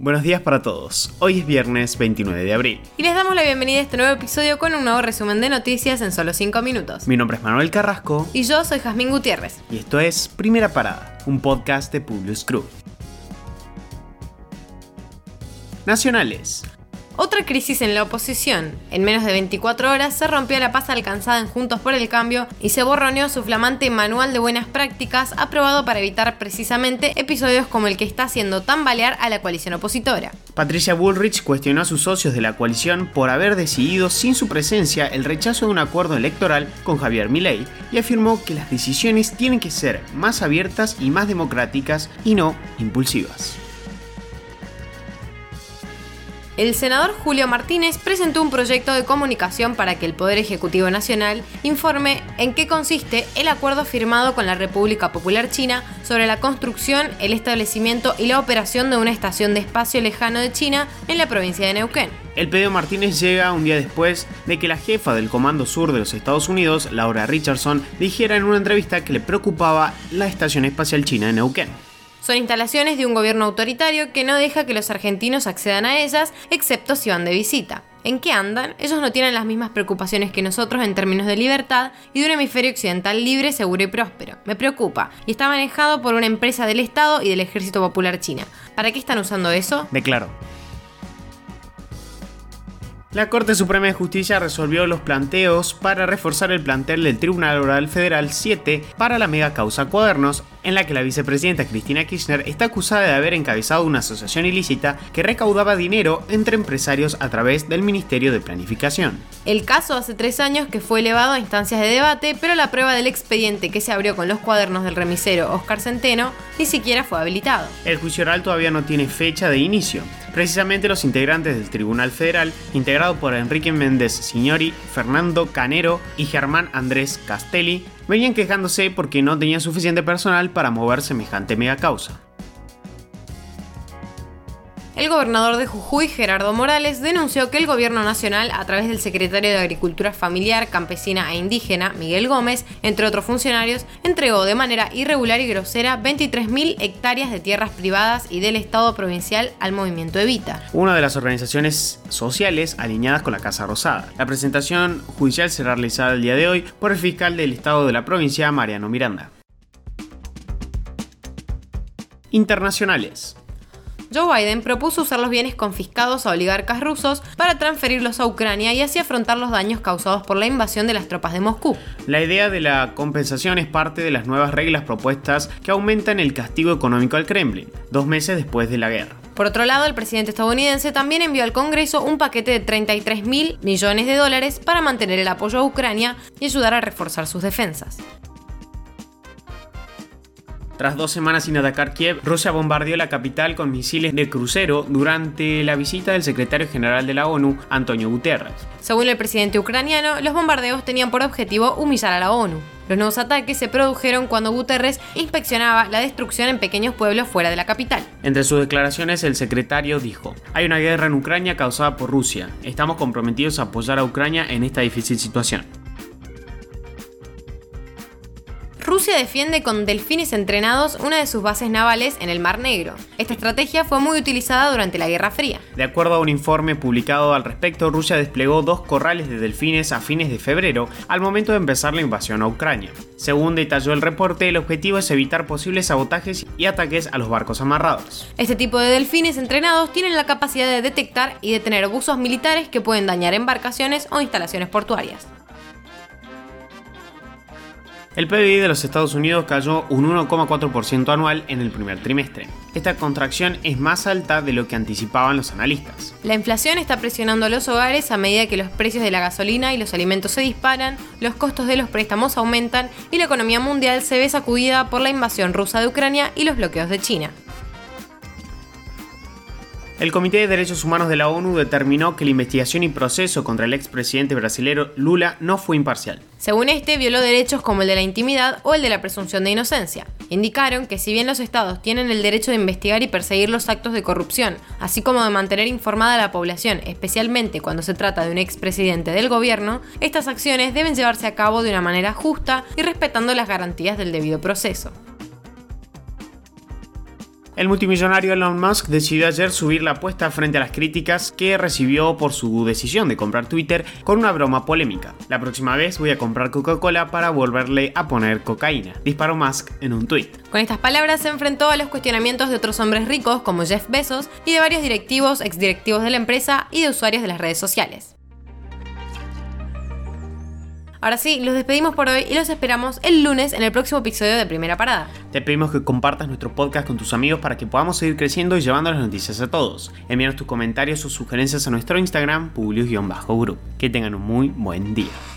Buenos días para todos, hoy es viernes 29 de abril. Y les damos la bienvenida a este nuevo episodio con un nuevo resumen de noticias en solo 5 minutos. Mi nombre es Manuel Carrasco. Y yo soy Jazmín Gutiérrez. Y esto es Primera Parada, un podcast de Publius Crew. Nacionales. Otra crisis en la oposición. En menos de 24 horas se rompió la paz alcanzada en Juntos por el Cambio y se borroneó su flamante manual de buenas prácticas aprobado para evitar precisamente episodios como el que está haciendo tambalear a la coalición opositora. Patricia Bullrich cuestionó a sus socios de la coalición por haber decidido sin su presencia el rechazo de un acuerdo electoral con Javier Milei y afirmó que las decisiones tienen que ser más abiertas y más democráticas y no impulsivas. El senador Julio Martínez presentó un proyecto de comunicación para que el Poder Ejecutivo Nacional informe en qué consiste el acuerdo firmado con la República Popular China sobre la construcción, el establecimiento y la operación de una estación de espacio lejano de China en la provincia de Neuquén. El pedido de Martínez llega un día después de que la jefa del Comando Sur de los Estados Unidos, Laura Richardson, dijera en una entrevista que le preocupaba la estación espacial china en Neuquén. Son instalaciones de un gobierno autoritario que no deja que los argentinos accedan a ellas, excepto si van de visita. ¿En qué andan? Ellos no tienen las mismas preocupaciones que nosotros en términos de libertad y de un hemisferio occidental libre, seguro y próspero. Me preocupa, y está manejado por una empresa del Estado y del Ejército Popular China. ¿Para qué están usando eso? Declaró. La Corte Suprema de Justicia resolvió los planteos para reforzar el plantel del Tribunal Oral Federal 7 para la mega causa Cuadernos, en la que la vicepresidenta Cristina Kirchner está acusada de haber encabezado una asociación ilícita que recaudaba dinero entre empresarios a través del Ministerio de Planificación. El caso hace 3 años que fue elevado a instancias de debate, pero la prueba del expediente que se abrió con los cuadernos del remisero Oscar Centeno ni siquiera fue habilitado. El juicio oral todavía no tiene fecha de inicio. Precisamente los integrantes del Tribunal Federal, integrado por Enrique Méndez Signori, Fernando Canero y Germán Andrés Castelli, venían quejándose porque no tenían suficiente personal para mover semejante megacausa. El gobernador de Jujuy, Gerardo Morales, denunció que el gobierno nacional, a través del secretario de Agricultura Familiar, Campesina e Indígena, Miguel Gómez, entre otros funcionarios, entregó de manera irregular y grosera 23.000 hectáreas de tierras privadas y del Estado provincial al movimiento Evita, una de las organizaciones sociales alineadas con la Casa Rosada. La presentación judicial será realizada el día de hoy por el fiscal del Estado de la provincia, Mariano Miranda. Internacionales. Joe Biden propuso usar los bienes confiscados a oligarcas rusos para transferirlos a Ucrania y así afrontar los daños causados por la invasión de las tropas de Moscú. La idea de la compensación es parte de las nuevas reglas propuestas que aumentan el castigo económico al Kremlin, 2 meses después de la guerra. Por otro lado, el presidente estadounidense también envió al Congreso un paquete de $33.000 millones para mantener el apoyo a Ucrania y ayudar a reforzar sus defensas. Tras 2 semanas sin atacar Kiev, Rusia bombardeó la capital con misiles de crucero durante la visita del secretario general de la ONU, Antonio Guterres. Según el presidente ucraniano, los bombardeos tenían por objetivo humillar a la ONU. Los nuevos ataques se produjeron cuando Guterres inspeccionaba la destrucción en pequeños pueblos fuera de la capital. Entre sus declaraciones, el secretario dijo: "Hay una guerra en Ucrania causada por Rusia. Estamos comprometidos a apoyar a Ucrania en esta difícil situación". Rusia defiende con delfines entrenados una de sus bases navales en el Mar Negro. Esta estrategia fue muy utilizada durante la Guerra Fría. De acuerdo a un informe publicado al respecto, Rusia desplegó 2 corrales de delfines a fines de febrero, al momento de empezar la invasión a Ucrania. Según detalló el reporte, el objetivo es evitar posibles sabotajes y ataques a los barcos amarrados. Este tipo de delfines entrenados tienen la capacidad de detectar y detener buzos militares que pueden dañar embarcaciones o instalaciones portuarias. El PBI de los Estados Unidos cayó un 1,4% anual en el primer trimestre. Esta contracción es más alta de lo que anticipaban los analistas. La inflación está presionando a los hogares a medida que los precios de la gasolina y los alimentos se disparan, los costos de los préstamos aumentan y la economía mundial se ve sacudida por la invasión rusa de Ucrania y los bloqueos de China. El Comité de Derechos Humanos de la ONU determinó que la investigación y proceso contra el expresidente brasileño Lula no fue imparcial. Según este, violó derechos como el de la intimidad o el de la presunción de inocencia. Indicaron que si bien los estados tienen el derecho de investigar y perseguir los actos de corrupción, así como de mantener informada a la población, especialmente cuando se trata de un expresidente del gobierno, estas acciones deben llevarse a cabo de una manera justa y respetando las garantías del debido proceso. El multimillonario Elon Musk decidió ayer subir la apuesta frente a las críticas que recibió por su decisión de comprar Twitter con una broma polémica. La próxima vez voy a comprar Coca-Cola para volverle a poner cocaína, disparó Musk en un tuit. Con estas palabras se enfrentó a los cuestionamientos de otros hombres ricos como Jeff Bezos y de varios directivos, exdirectivos de la empresa y de usuarios de las redes sociales. Ahora sí, los despedimos por hoy y los esperamos el lunes en el próximo episodio de Primera Parada. Te pedimos que compartas nuestro podcast con tus amigos para que podamos seguir creciendo y llevando las noticias a todos. Envíanos tus comentarios o sugerencias a nuestro Instagram, publius-group. Que tengan un muy buen día.